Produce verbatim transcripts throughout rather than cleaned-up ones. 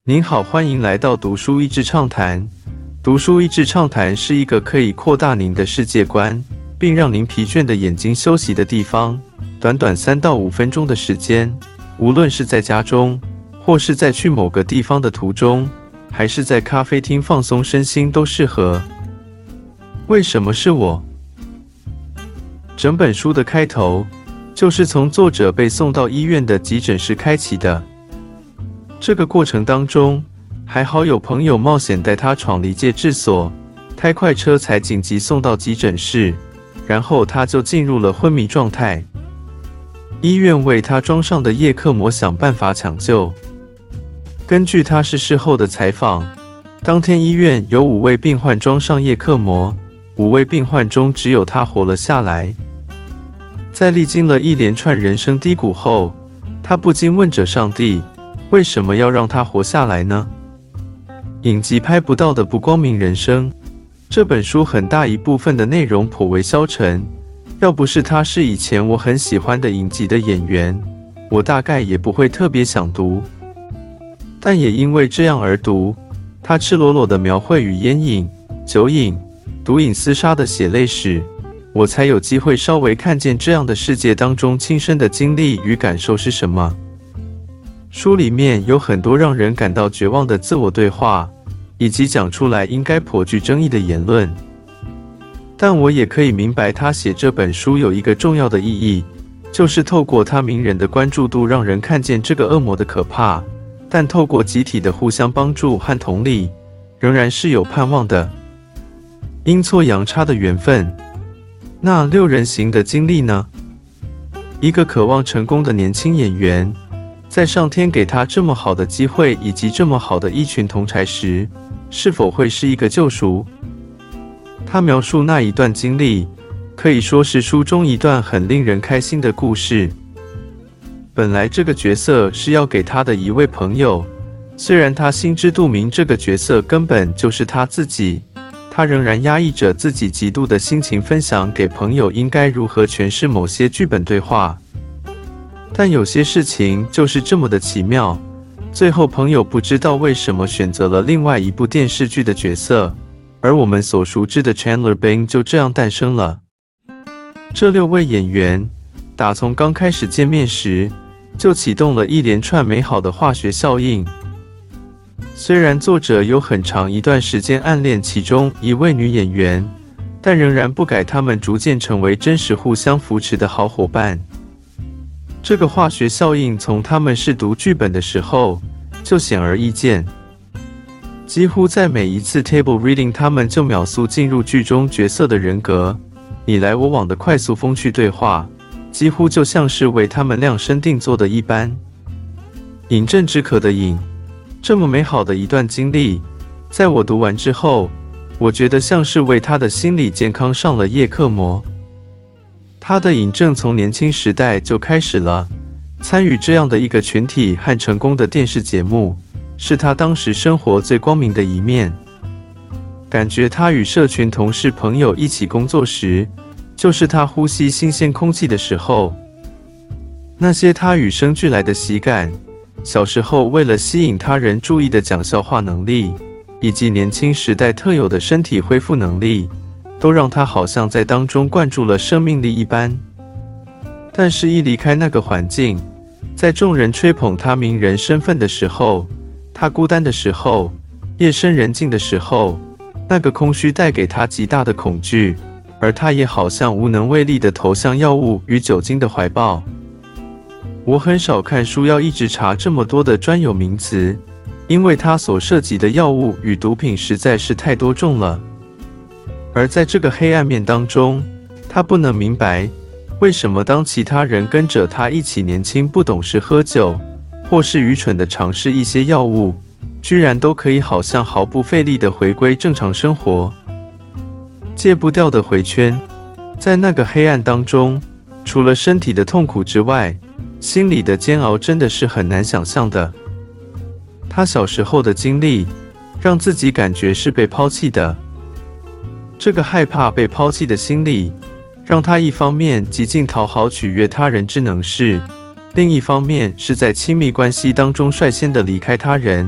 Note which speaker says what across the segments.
Speaker 1: 您好，欢迎来到读书益智畅谈。读书益智畅谈是一个可以扩大您的世界观，并让您疲倦的眼睛休息的地方。短短三到五分钟的时间，无论是在家中，或是在去某个地方的途中，还是在咖啡厅放松身心，都适合。为什么是我？整本书的开头就是从作者被送到医院的急诊室开启的。这个过程当中，还好有朋友冒险带他闯离戒治所，开快车才紧急送到急诊室，然后他就进入了昏迷状态。医院为他装上的叶克膜想办法抢救。根据他逝世后的采访，当天医院有五位病患装上叶克膜，五位病患中只有他活了下来。在历经了一连串人生低谷后，他不禁问着上帝，为什么要让他活下来呢？影集拍不到的不光明人生，这本书很大一部分的内容颇为消沉，要不是他是以前我很喜欢的影集的演员，我大概也不会特别想读。但也因为这样而读，他赤裸裸的描绘与烟瘾、酒瘾、毒瘾厮杀的血泪史，我才有机会稍微看见这样的世界当中亲身的经历与感受是什么。书里面有很多让人感到绝望的自我对话，以及讲出来应该颇具争议的言论。但我也可以明白他写这本书有一个重要的意义，就是透过他名人的关注度让人看见这个恶魔的可怕，但透过集体的互相帮助和同理，仍然是有盼望的。阴错阳差的缘分。那六人行的经历呢？一个渴望成功的年轻演员，在上天给他这么好的机会以及这么好的一群同儕时，是否会是一个救赎？他描述那一段经历，可以说是书中一段很令人开心的故事。本来这个角色是要给他的一位朋友，虽然他心知肚明这个角色根本就是他自己，他仍然压抑着自己极度的心情分享给朋友应该如何诠释某些剧本对话。但有些事情就是这么的奇妙，最后朋友不知道为什么选择了另外一部电视剧的角色，而我们所熟知的 Chandler Bing 就这样诞生了。这六位演员打从刚开始见面时，就启动了一连串美好的化学效应。虽然作者有很长一段时间暗恋其中一位女演员，但仍然不改他们逐渐成为真实互相扶持的好伙伴。这个化学效应从他们试读剧本的时候就显而易见，几乎在每一次 table reading 他们就秒速进入剧中角色的人格，你来我往的快速风趣对话，几乎就像是为他们量身定做的一般。饮鸩止渴的饮，这么美好的一段经历，在我读完之后，我觉得像是为他的心理健康上了叶克膜。他的瘾症从年轻时代就开始了，参与这样的一个群体和成功的电视节目，是他当时生活最光明的一面。感觉他与社群同事朋友一起工作时，就是他呼吸新鲜空气的时候。那些他与生俱来的喜感，小时候为了吸引他人注意的讲笑话能力，以及年轻时代特有的身体恢复能力，都让他好像在当中灌注了生命力一般。但是一离开那个环境，在众人吹捧他名人身份的时候，他孤单的时候，夜深人静的时候，那个空虚带给他极大的恐惧，而他也好像无能为力地投向药物与酒精的怀抱。我很少看书要一直查这么多的专有名词，因为它所涉及的药物与毒品实在是太多种了。而在这个黑暗面当中，他不能明白，为什么当其他人跟着他一起年轻不懂事喝酒，或是愚蠢地尝试一些药物，居然都可以好像毫不费力地回归正常生活。戒不掉的回圈，在那个黑暗当中，除了身体的痛苦之外，心里的煎熬真的是很难想象的。他小时候的经历，让自己感觉是被抛弃的。这个害怕被抛弃的心理，让他一方面极尽讨好取悦他人之能事，另一方面是在亲密关系当中率先的离开他人，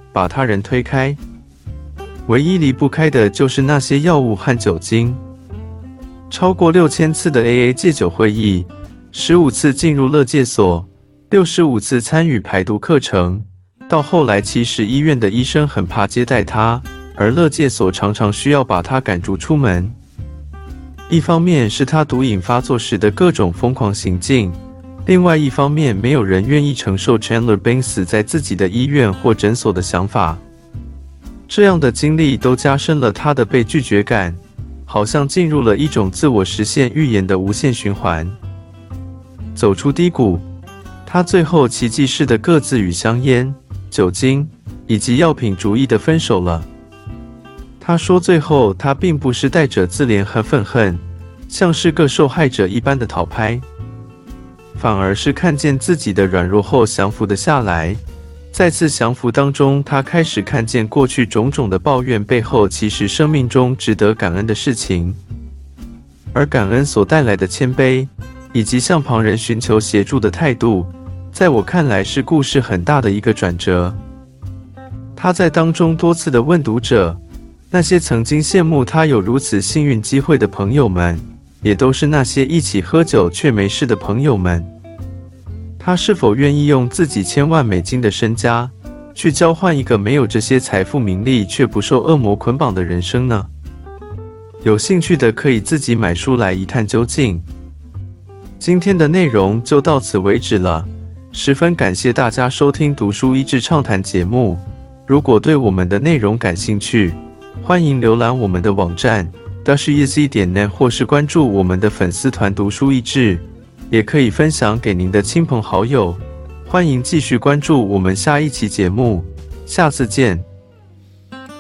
Speaker 1: 把他人推开。唯一离不开的就是那些药物和酒精。超过六千次的 A A 戒酒会议，十五次进入勒戒所，六十五次参与排毒课程。到后来，其实医院的医生很怕接待他，而勒戒所常常需要把他赶逐出门。一方面是他毒瘾发作时的各种疯狂行径，另外一方面没有人愿意承受 Chandler Bing 死在自己的医院或诊所的想法。这样的经历都加深了他的被拒绝感，好像进入了一种自我实现预言的无限循环。走出低谷，他最后奇迹式的各自与香烟、酒精以及药品逐一的分手了。他说最后他并不是带着自怜和愤恨，像是个受害者一般的讨拍，反而是看见自己的软弱后降服的下来。再次降服当中，他开始看见过去种种的抱怨背后其实生命中值得感恩的事情，而感恩所带来的谦卑以及向旁人寻求协助的态度，在我看来是故事很大的一个转折。他在当中多次地问读者，那些曾经羡慕他有如此幸运机会的朋友们，也都是那些一起喝酒却没事的朋友们。他是否愿意用自己千万美金的身家，去交换一个没有这些财富名利却不受恶魔捆绑的人生呢？有兴趣的可以自己买书来一探究竟。今天的内容就到此为止了，十分感谢大家收听读书益智畅谈节目。如果对我们的内容感兴趣，欢迎浏览我们的网站 dash e z 点 net 或是关注我们的粉丝团读书益智，也可以分享给您的亲朋好友。欢迎继续关注我们下一期节目，下次见。